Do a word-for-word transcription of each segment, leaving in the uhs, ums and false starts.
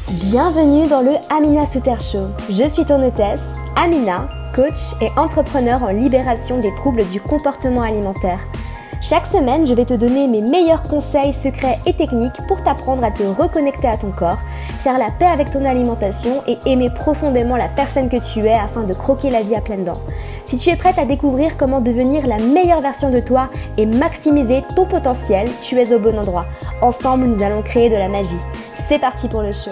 Bienvenue dans le Amina Souter Show. Je suis ton hôtesse, Amina, coach et entrepreneur en libération des troubles du comportement alimentaire. Chaque semaine, je vais te donner mes meilleurs conseils, secrets et techniques pour t'apprendre à te reconnecter à ton corps, faire la paix avec ton alimentation et aimer profondément la personne que tu es afin de croquer la vie à pleines dents. Si tu es prête à découvrir comment devenir la meilleure version de toi et maximiser ton potentiel, tu es au bon endroit. Ensemble, nous allons créer de la magie. C'est parti pour le show.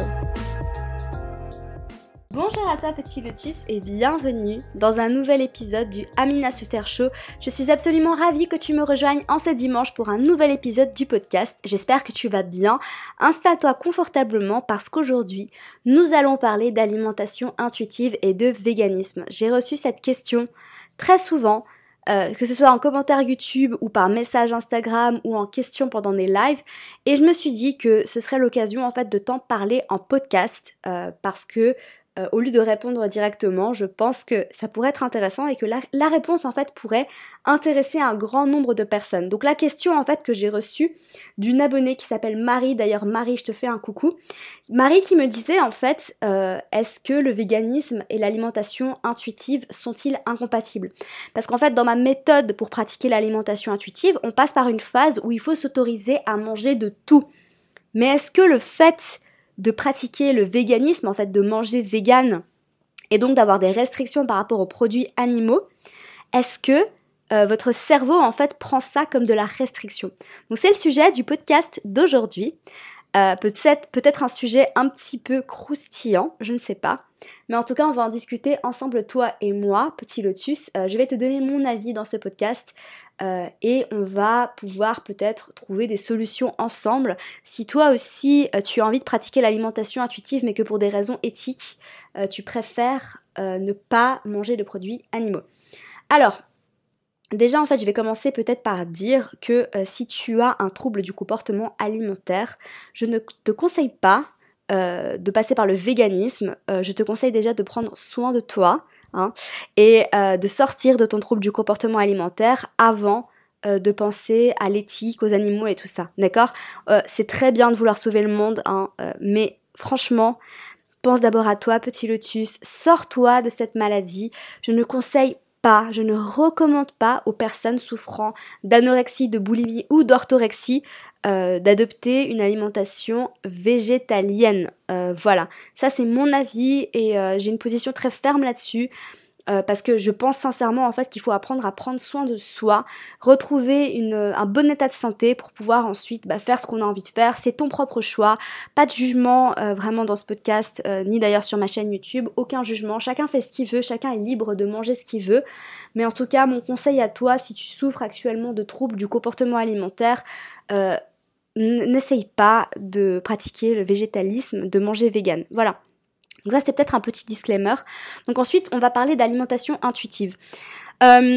Bonjour à toi petit lotus et bienvenue dans un nouvel épisode du Amina Souter Show. Je suis absolument ravie que tu me rejoignes en ce dimanche pour un nouvel épisode du podcast. J'espère que tu vas bien. Installe-toi confortablement parce qu'aujourd'hui, nous allons parler d'alimentation intuitive et de véganisme. J'ai reçu cette question très souvent, euh, que ce soit en commentaire YouTube ou par message Instagram ou en question pendant des lives. Et je me suis dit que ce serait l'occasion en fait de t'en parler en podcast euh, parce que Euh, au lieu de répondre directement, je pense que ça pourrait être intéressant et que la, la réponse en fait pourrait intéresser un grand nombre de personnes. Donc la question en fait que j'ai reçue d'une abonnée qui s'appelle Marie, d'ailleurs Marie, je te fais un coucou, Marie qui me disait en fait euh, est-ce que le véganisme et l'alimentation intuitive sont-ils incompatibles? Parce qu'en fait dans ma méthode pour pratiquer l'alimentation intuitive, on passe par une phase où il faut s'autoriser à manger de tout. Mais est-ce que le fait de pratiquer le véganisme, en fait de manger vegan et donc d'avoir des restrictions par rapport aux produits animaux, est-ce que euh, votre cerveau en fait prend ça comme de la restriction? Donc c'est le sujet du podcast d'aujourd'hui. Euh, peut-être, peut-être un sujet un petit peu croustillant, je ne sais pas. Mais en tout cas, on va en discuter ensemble, toi et moi, petit lotus. Euh, je vais te donner mon avis dans ce podcast euh, et on va pouvoir peut-être trouver des solutions ensemble. Si toi aussi, euh, tu as envie de pratiquer l'alimentation intuitive, mais que pour des raisons éthiques, euh, tu préfères euh, ne pas manger de produits animaux. Alors, déjà, en fait, je vais commencer peut-être par dire que euh, si tu as un trouble du comportement alimentaire, je ne te conseille pas euh, de passer par le véganisme. Euh, je te conseille déjà de prendre soin de toi hein, et euh, de sortir de ton trouble du comportement alimentaire avant euh, de penser à l'éthique, aux animaux et tout ça. D'accord euh, C'est très bien de vouloir sauver le monde, hein, euh, mais franchement, pense d'abord à toi, petit lotus. Sors-toi de cette maladie. Je ne conseille pas, je ne recommande pas aux personnes souffrant d'anorexie, de boulimie ou d'orthorexie euh, d'adopter une alimentation végétalienne. Euh, voilà, ça c'est mon avis et euh, j'ai une position très ferme là-dessus. Euh, parce que je pense sincèrement en fait qu'il faut apprendre à prendre soin de soi, retrouver une, un bon état de santé pour pouvoir ensuite bah, faire ce qu'on a envie de faire. C'est ton propre choix, pas de jugement euh, vraiment dans ce podcast, euh, ni d'ailleurs sur ma chaîne YouTube, aucun jugement, chacun fait ce qu'il veut, chacun est libre de manger ce qu'il veut, mais en tout cas mon conseil à toi, si tu souffres actuellement de troubles du comportement alimentaire, euh, n'essaye pas de pratiquer le végétalisme, de manger vegan, voilà. Donc ça, c'était peut-être un petit disclaimer. Donc ensuite, on va parler d'alimentation intuitive. Euh,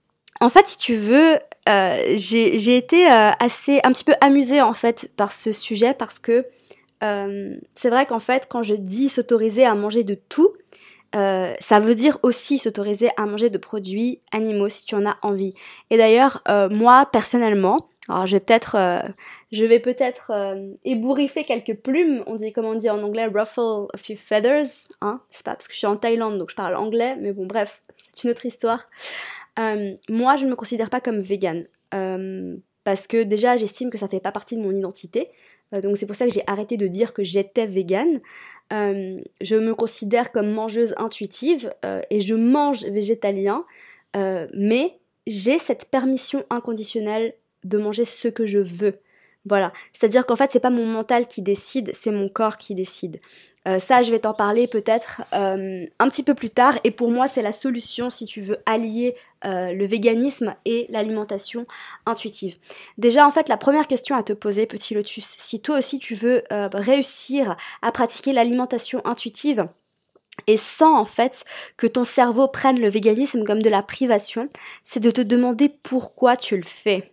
en fait, si tu veux, euh, j'ai, j'ai été euh, assez, un petit peu amusée en fait par ce sujet parce que euh, c'est vrai qu'en fait, quand je dis s'autoriser à manger de tout, euh, ça veut dire aussi s'autoriser à manger de produits animaux si tu en as envie. Et d'ailleurs, euh, moi personnellement, alors je vais peut-être, euh, je vais peut-être euh, ébouriffer quelques plumes, on dit comment on dit en anglais, ruffle a few feathers, hein, c'est pas parce que je suis en Thaïlande donc je parle anglais, mais bon bref, c'est une autre histoire. Euh, moi je ne me considère pas comme végane, euh, parce que déjà j'estime que ça fait pas partie de mon identité, euh, donc c'est pour ça que j'ai arrêté de dire que j'étais végane. Euh, je me considère comme mangeuse intuitive euh, et je mange végétalien, euh, mais j'ai cette permission inconditionnelle de manger ce que je veux. Voilà. C'est-à-dire qu'en fait, c'est pas mon mental qui décide, c'est mon corps qui décide. Euh, ça, je vais t'en parler peut-être euh, un petit peu plus tard. Et pour moi, c'est la solution si tu veux allier euh, le véganisme et l'alimentation intuitive. Déjà, en fait, la première question à te poser, petit lotus, si toi aussi tu veux euh, réussir à pratiquer l'alimentation intuitive, et sans en fait que ton cerveau prenne le véganisme comme de la privation, c'est de te demander pourquoi tu le fais.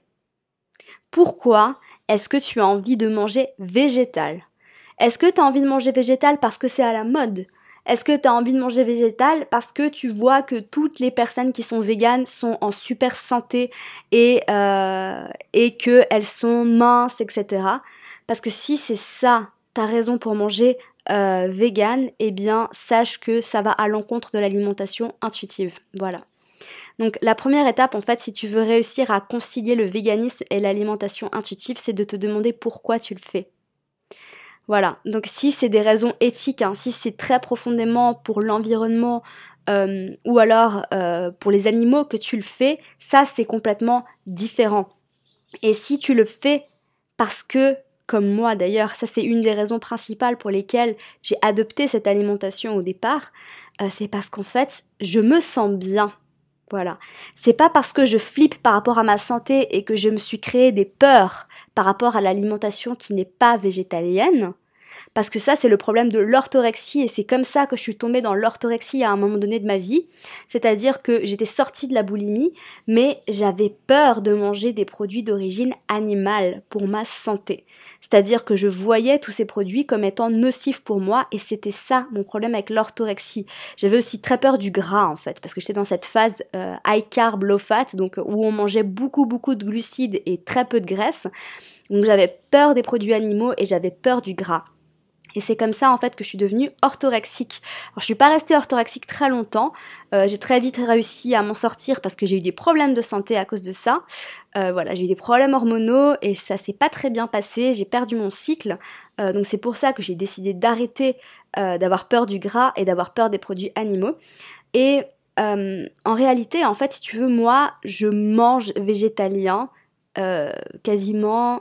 Pourquoi est-ce que tu as envie de manger végétal? Est-ce que tu as envie de manger végétal parce que c'est à la mode? Est-ce que tu as envie de manger végétal parce que tu vois que toutes les personnes qui sont véganes sont en super santé et, euh, et qu'elles sont minces, et cetera. Parce que si c'est ça t'as raison pour manger euh, vegan, eh bien sache que ça va à l'encontre de l'alimentation intuitive. Voilà. Donc la première étape en fait, si tu veux réussir à concilier le véganisme et l'alimentation intuitive, c'est de te demander pourquoi tu le fais. Voilà, donc si c'est des raisons éthiques, hein, si c'est très profondément pour l'environnement euh, ou alors euh, pour les animaux que tu le fais, ça c'est complètement différent. Et si tu le fais parce que, comme moi d'ailleurs, ça c'est une des raisons principales pour lesquelles j'ai adopté cette alimentation au départ, euh, c'est parce qu'en fait, je me sens bien. Voilà. C'est pas parce que je flippe par rapport à ma santé et que je me suis créé des peurs par rapport à l'alimentation qui n'est pas végétalienne, parce que ça c'est le problème de l'orthorexie et c'est comme ça que je suis tombée dans l'orthorexie à un moment donné de ma vie, c'est-à-dire que j'étais sortie de la boulimie mais j'avais peur de manger des produits d'origine animale pour ma santé, c'est-à-dire que je voyais tous ces produits comme étant nocifs pour moi et c'était ça mon problème avec l'orthorexie. J'avais aussi très peur du gras en fait, parce que j'étais dans cette phase euh, high carb low fat, donc où on mangeait beaucoup beaucoup de glucides et très peu de graisse, donc j'avais peur des produits animaux et j'avais peur du gras. Et c'est comme ça en fait que je suis devenue orthorexique. Alors je suis pas restée orthorexique très longtemps, euh, j'ai très vite réussi à m'en sortir parce que j'ai eu des problèmes de santé à cause de ça. Euh, voilà, j'ai eu des problèmes hormonaux et ça s'est pas très bien passé, j'ai perdu mon cycle. Euh, donc c'est pour ça que j'ai décidé d'arrêter euh, d'avoir peur du gras et d'avoir peur des produits animaux. Et euh, en réalité, en fait, si tu veux, moi, je mange végétalien euh, quasiment...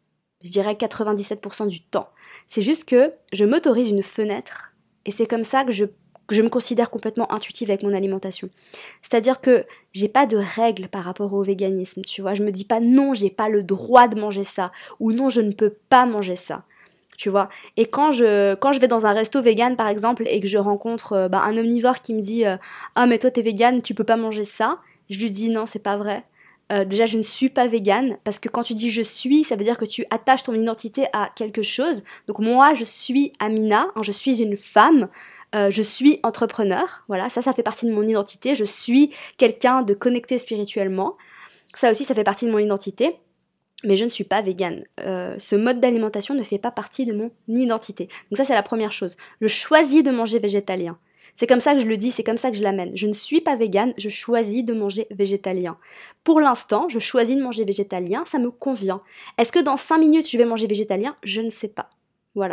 je dirais quatre-vingt-dix-sept pour cent du temps. C'est juste que je m'autorise une fenêtre et c'est comme ça que je, que je me considère complètement intuitive avec mon alimentation. C'est-à-dire que j'ai pas de règles par rapport au véganisme, tu vois. Je me dis pas non, j'ai pas le droit de manger ça ou non, je ne peux pas manger ça. Tu vois. Et quand je, quand je vais dans un resto vegan par exemple et que je rencontre euh, bah, un omnivore qui me dit euh, « Ah mais toi t'es vegan, tu peux pas manger ça », je lui dis « Non, c'est pas vrai ». Euh, déjà, je ne suis pas végane, parce que quand tu dis je suis, ça veut dire que tu attaches ton identité à quelque chose. Donc moi, je suis Amina, hein, je suis une femme, euh, je suis entrepreneur, voilà, ça, ça fait partie de mon identité. Je suis quelqu'un de connecté spirituellement. Ça aussi, ça fait partie de mon identité. Mais je ne suis pas végane. Euh, ce mode d'alimentation ne fait pas partie de mon identité. Donc ça, c'est la première chose. Je choisis de manger végétalien. C'est comme ça que je le dis, c'est comme ça que je l'amène. Je ne suis pas végane, je choisis de manger végétalien. Pour l'instant, je choisis de manger végétalien, ça me convient. Est-ce que dans cinq minutes, je vais manger végétalien ? Je ne sais pas. Voilà.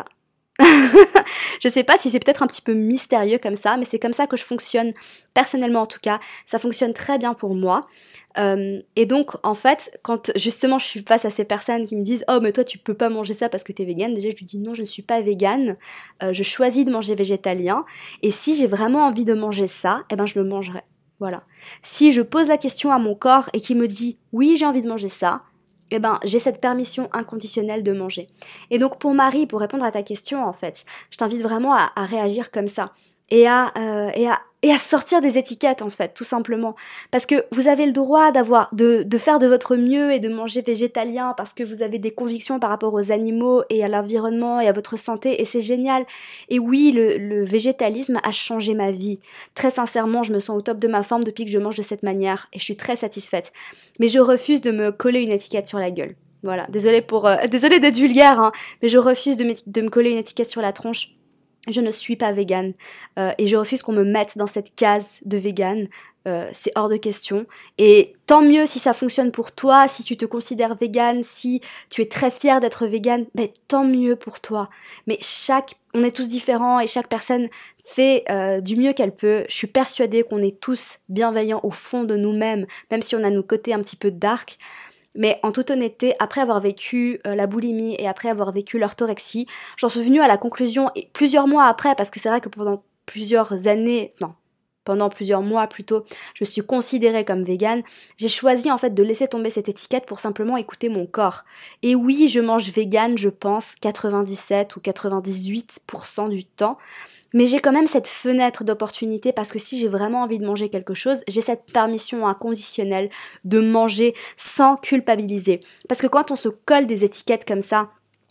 Je sais pas si c'est peut-être un petit peu mystérieux comme ça, mais c'est comme ça que je fonctionne, personnellement en tout cas. Ça fonctionne très bien pour moi. Euh, et donc, en fait, quand justement je suis face à ces personnes qui me disent « Oh, mais toi, tu peux pas manger ça parce que t'es végane », déjà je lui dis « Non, je ne suis pas végane, euh, je choisis de manger végétalien. Et si j'ai vraiment envie de manger ça, eh ben je le mangerai. » Voilà. Si je pose la question à mon corps et qu'il me dit « Oui, j'ai envie de manger ça », eh ben, j'ai cette permission inconditionnelle de manger. Et donc pour Marie, pour répondre à ta question en fait, je t'invite vraiment à, à réagir comme ça et à, euh, et à et à sortir des étiquettes en fait, tout simplement. Parce que vous avez le droit d'avoir, de, de faire de votre mieux et de manger végétalien parce que vous avez des convictions par rapport aux animaux et à l'environnement et à votre santé et c'est génial. Et oui, le, le végétalisme a changé ma vie. Très sincèrement, je me sens au top de ma forme depuis que je mange de cette manière et je suis très satisfaite. Mais je refuse de me coller une étiquette sur la gueule. Voilà, désolée pour, euh, désolée d'être vulgaire, hein, mais je refuse de, de me coller une étiquette sur la tronche. Je ne suis pas végane euh, et je refuse qu'on me mette dans cette case de végane, euh, c'est hors de question. Et tant mieux si ça fonctionne pour toi, si tu te considères végane, si tu es très fière d'être végane, ben, tant mieux pour toi. Mais chaque, on est tous différents et chaque personne fait euh, du mieux qu'elle peut. Je suis persuadée qu'on est tous bienveillants au fond de nous-mêmes, même si on a nos côtés un petit peu dark. Mais en toute honnêteté, après avoir vécu euh, la boulimie et après avoir vécu l'orthorexie, j'en suis venue à la conclusion, et plusieurs mois après, parce que c'est vrai que pendant plusieurs années, non, pendant plusieurs mois plutôt, je me suis considérée comme végane, j'ai choisi en fait de laisser tomber cette étiquette pour simplement écouter mon corps. Et oui, je mange végane, je pense, quatre-vingt-dix-sept ou quatre-vingt-dix-huit pour cent du temps, mais j'ai quand même cette fenêtre d'opportunité parce que si j'ai vraiment envie de manger quelque chose, j'ai cette permission inconditionnelle de manger sans culpabiliser. Parce que quand on se colle des étiquettes comme ça,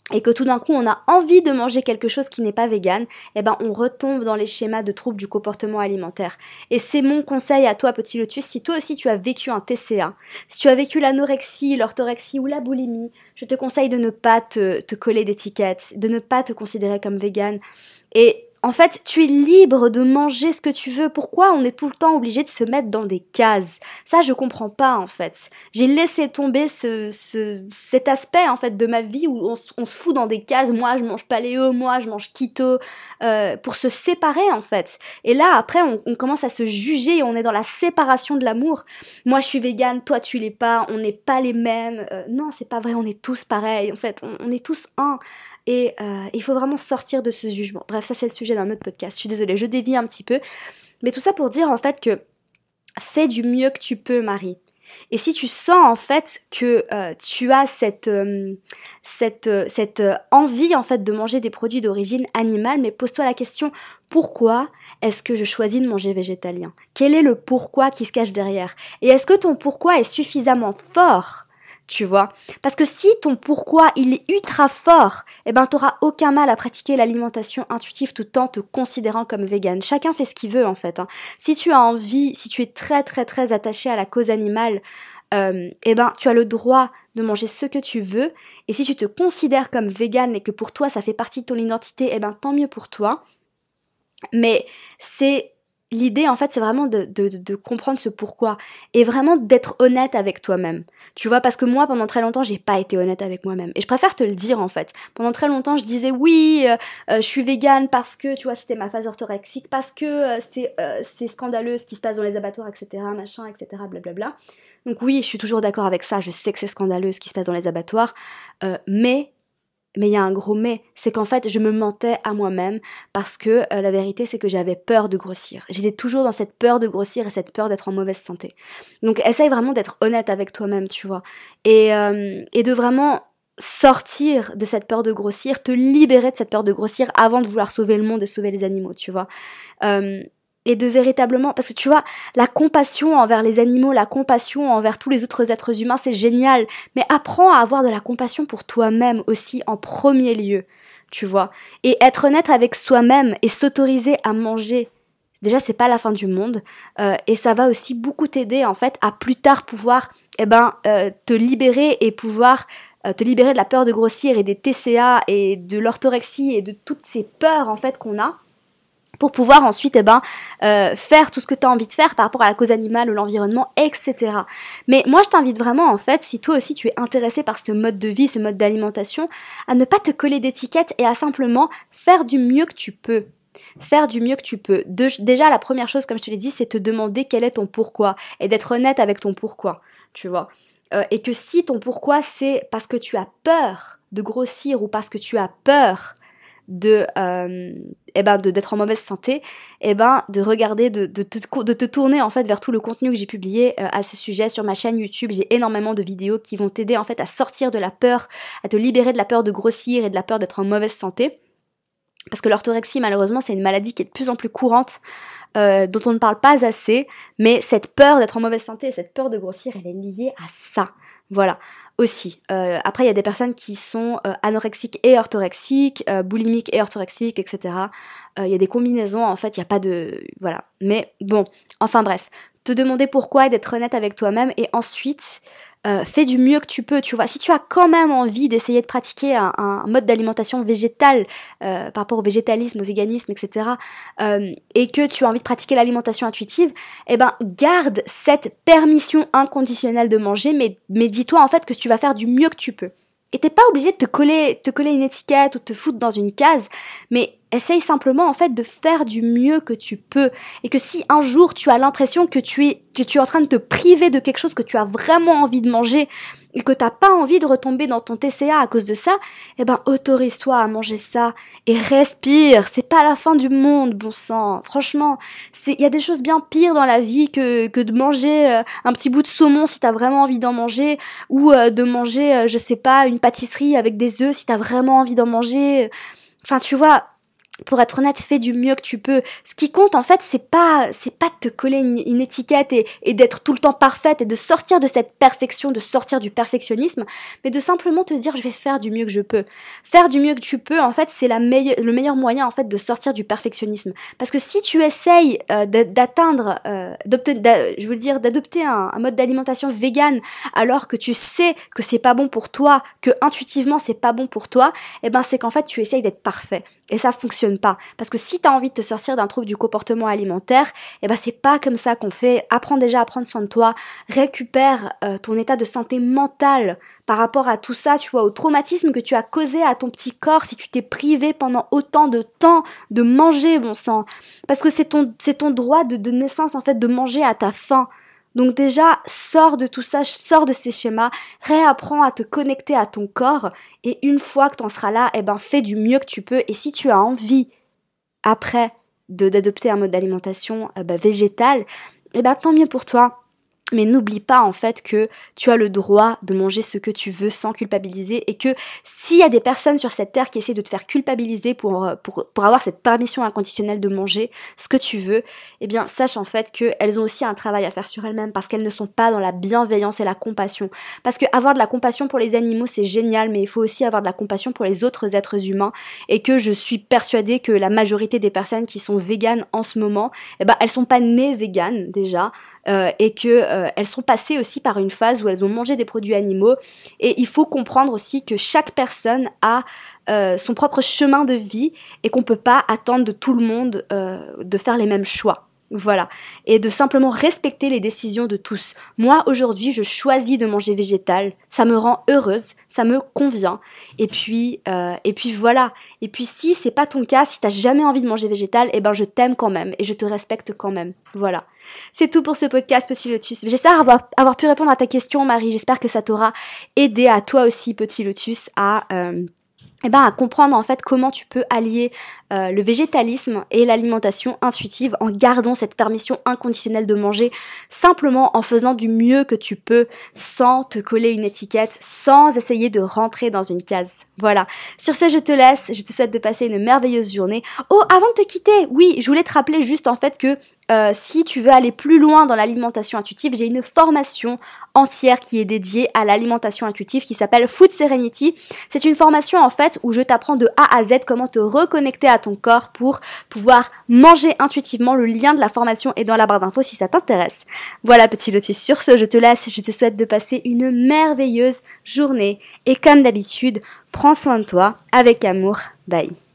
et que tout d'un coup on a envie de manger quelque chose qui n'est pas vegan, eh ben on retombe dans les schémas de troubles du comportement alimentaire. Et c'est mon conseil à toi, petit lotus, si toi aussi tu as vécu un T C A, si tu as vécu l'anorexie, l'orthorexie ou la boulimie, je te conseille de ne pas te, te coller d'étiquettes, de ne pas te considérer comme vegan. Et en fait, tu es libre de manger ce que tu veux. Pourquoi on est tout le temps obligé de se mettre dans des cases? Ça, je comprends pas, en fait. J'ai laissé tomber ce, ce, cet aspect, en fait, de ma vie où on, on se fout dans des cases. Moi, je mange paléo, moi, je mange keto, euh, pour se séparer, en fait. Et là, après, on, on commence à se juger et on est dans la séparation de l'amour. Moi, je suis végane, toi, tu l'es pas, on n'est pas les mêmes. Euh, non, c'est pas vrai, on est tous pareils. En fait, on, on est tous un. Et euh, il faut vraiment sortir de ce jugement. Bref, ça, c'est le sujet d'un autre podcast. Je suis désolée, je dévie un petit peu. Mais tout ça pour dire, en fait, que fais du mieux que tu peux, Marie. Et si tu sens, en fait, que euh, tu as cette, euh, cette, euh, cette euh, envie, en fait, de manger des produits d'origine animale, mais pose-toi la question, pourquoi est-ce que je choisis de manger végétalien? Quel est le pourquoi qui se cache derrière? Et est-ce que ton pourquoi est suffisamment fort? Tu vois, parce que si ton pourquoi il est ultra fort, eh ben t'auras aucun mal à pratiquer l'alimentation intuitive tout en te considérant comme végane. Chacun fait ce qu'il veut en fait. Hein. Si tu as envie, si tu es très très très attaché à la cause animale, euh, eh ben tu as le droit de manger ce que tu veux. Et si tu te considères comme végane et que pour toi ça fait partie de ton identité, eh ben tant mieux pour toi. Mais c'est l'idée, en fait, c'est vraiment de, de, de comprendre ce pourquoi et vraiment d'être honnête avec toi-même. Tu vois, parce que moi, pendant très longtemps, j'ai pas été honnête avec moi-même. Et je préfère te le dire, en fait. Pendant très longtemps, je disais oui, euh, euh, je suis végane parce que, tu vois, c'était ma phase orthorexique, parce que euh, c'est, euh, c'est scandaleux ce qui se passe dans les abattoirs, et cetera, machin, et cetera, blablabla. Donc oui, je suis toujours d'accord avec ça. Je sais que c'est scandaleux ce qui se passe dans les abattoirs, euh, mais Mais il y a un gros mais, c'est qu'en fait je me mentais à moi-même parce que euh, la vérité c'est que j'avais peur de grossir. J'étais toujours dans cette peur de grossir et cette peur d'être en mauvaise santé. Donc essaye vraiment d'être honnête avec toi-même, tu vois. Et, euh, et de vraiment sortir de cette peur de grossir, te libérer de cette peur de grossir avant de vouloir sauver le monde et sauver les animaux, tu vois. Euh, et de véritablement, parce que tu vois, la compassion envers les animaux, la compassion envers tous les autres êtres humains, c'est génial, mais apprends à avoir de la compassion pour toi-même aussi en premier lieu, tu vois, et être honnête avec soi-même et s'autoriser à manger. Déjà, c'est pas la fin du monde, euh, et ça va aussi beaucoup t'aider en fait à plus tard pouvoir, eh ben, euh, te libérer et pouvoir euh, te libérer de la peur de grossir et des T C A et de l'orthorexie et de toutes ces peurs en fait qu'on a. Pour pouvoir ensuite eh ben, euh, faire tout ce que tu as envie de faire par rapport à la cause animale ou l'environnement, et cetera. Mais moi, je t'invite vraiment, en fait, si toi aussi tu es intéressé par ce mode de vie, ce mode d'alimentation, à ne pas te coller d'étiquettes et à simplement faire du mieux que tu peux. Faire du mieux que tu peux. De, déjà, la première chose, comme je te l'ai dit, c'est te demander quel est ton pourquoi et d'être honnête avec ton pourquoi, tu vois. Euh, et que si ton pourquoi, c'est parce que tu as peur de grossir ou parce que tu as peur de euh, eh ben de d'être en mauvaise santé, eh ben de regarder de de te de te tourner en fait vers tout le contenu que j'ai publié euh, à ce sujet sur ma chaîne YouTube. J'ai énormément de vidéos qui vont t'aider en fait à sortir de la peur, à te libérer de la peur de grossir et de la peur d'être en mauvaise santé. Parce que l'orthorexie, malheureusement, c'est une maladie qui est de plus en plus courante, euh, dont on ne parle pas assez, mais cette peur d'être en mauvaise santé, cette peur de grossir, elle est liée à ça. Voilà, aussi. Euh, après, il y a des personnes qui sont euh, anorexiques et orthorexiques, euh, boulimiques et orthorexiques, et cetera. Il euh, y a des combinaisons, en fait, il n'y a pas de... Voilà. Mais bon, enfin bref, te demander pourquoi et d'être honnête avec toi-même, et ensuite... Euh, fais du mieux que tu peux, tu vois. Si tu as quand même envie d'essayer de pratiquer un, un mode d'alimentation végétal euh, par rapport au végétalisme, au véganisme, et cetera, euh, et que tu as envie de pratiquer l'alimentation intuitive, eh ben garde cette permission inconditionnelle de manger, mais, mais dis-toi en fait que tu vas faire du mieux que tu peux. Et t'es pas obligé de te coller, te coller une étiquette ou de te foutre dans une case, mais essaye simplement en fait de faire du mieux que tu peux. Et que si un jour tu as l'impression que tu es, que tu es en train de te priver de quelque chose que tu as vraiment envie de manger et que t'as pas envie de retomber dans ton T C A à cause de ça, eh ben autorise-toi à manger ça et respire. C'est pas la fin du monde, bon sang. Franchement, c'est, il y a des choses bien pires dans la vie que, que de manger euh, un petit bout de saumon si t'as vraiment envie d'en manger, ou euh, de manger, euh, je sais pas, une pâtisserie avec des œufs si t'as vraiment envie d'en manger. Enfin, tu vois, pour être honnête, fais du mieux que tu peux. Ce qui compte, en fait, c'est pas, c'est pas de te coller une, une étiquette et, et d'être tout le temps parfaite et de sortir de cette perfection, de sortir du perfectionnisme, mais de simplement te dire, je vais faire du mieux que je peux. Faire du mieux que tu peux, en fait, c'est la meille- le meilleur moyen, en fait, de sortir du perfectionnisme. Parce que si tu essayes euh, d'atteindre, euh, d'obten- d'a- je veux dire, d'adopter un, un mode d'alimentation vegan, alors que tu sais que c'est pas bon pour toi, que intuitivement c'est pas bon pour toi, eh ben, c'est qu'en fait, tu essayes d'être parfait. Et ça fonctionne pas. Parce que si tu as envie de te sortir d'un trouble du comportement alimentaire, eh ben c'est pas comme ça qu'on fait. Apprends déjà à prendre soin de toi, récupère euh, ton état de santé mentale par rapport à tout ça, tu vois, au traumatisme que tu as causé à ton petit corps si tu t'es privé pendant autant de temps de manger, bon sang. Parce que c'est ton, c'est ton droit de, de naissance en fait de manger à ta faim. Donc déjà, sors de tout ça, sors de ces schémas, réapprends à te connecter à ton corps et une fois que t'en seras là, eh ben fais du mieux que tu peux. Et si tu as envie après de d'adopter un mode d'alimentation euh, bah, végétal, eh ben tant mieux pour toi. Mais n'oublie pas en fait que tu as le droit de manger ce que tu veux sans culpabiliser et que s'il y a des personnes sur cette terre qui essaient de te faire culpabiliser pour, pour, pour avoir cette permission inconditionnelle de manger ce que tu veux, eh bien sache en fait qu'elles ont aussi un travail à faire sur elles-mêmes parce qu'elles ne sont pas dans la bienveillance et la compassion. Parce que avoir de la compassion pour les animaux c'est génial, mais il faut aussi avoir de la compassion pour les autres êtres humains et que je suis persuadée que la majorité des personnes qui sont véganes en ce moment, eh ben elles sont pas nées véganes déjà. Euh, et que euh, elles sont passées aussi par une phase où elles ont mangé des produits animaux et il faut comprendre aussi que chaque personne a euh, son propre chemin de vie et qu'on peut pas attendre de tout le monde euh, de faire les mêmes choix. Voilà, et de simplement respecter les décisions de tous. Moi, aujourd'hui, je choisis de manger végétal, ça me rend heureuse, ça me convient, et puis, euh, et puis voilà. Et puis si c'est pas ton cas, si t'as jamais envie de manger végétal, eh ben je t'aime quand même, et je te respecte quand même. Voilà. C'est tout pour ce podcast, Petit Lotus. J'espère avoir, avoir pu répondre à ta question, Marie, j'espère que ça t'aura aidé à toi aussi, Petit Lotus, à... Euh, Eh ben, à comprendre en fait comment tu peux allier euh, le végétalisme et l'alimentation intuitive en gardant cette permission inconditionnelle de manger, simplement en faisant du mieux que tu peux sans te coller une étiquette, sans essayer de rentrer dans une case. Voilà. Sur ce, je te laisse, je te souhaite de passer une merveilleuse journée. Oh, avant de te quitter, oui, je voulais te rappeler juste en fait que Euh, si tu veux aller plus loin dans l'alimentation intuitive, j'ai une formation entière qui est dédiée à l'alimentation intuitive qui s'appelle Food Serenity. C'est une formation en fait où je t'apprends de A à Z comment te reconnecter à ton corps pour pouvoir manger intuitivement. Le lien de la formation est dans la barre d'infos si ça t'intéresse. Voilà, Petit Lotus, sur ce, je te laisse, je te souhaite de passer une merveilleuse journée et comme d'habitude, prends soin de toi avec amour. Bye.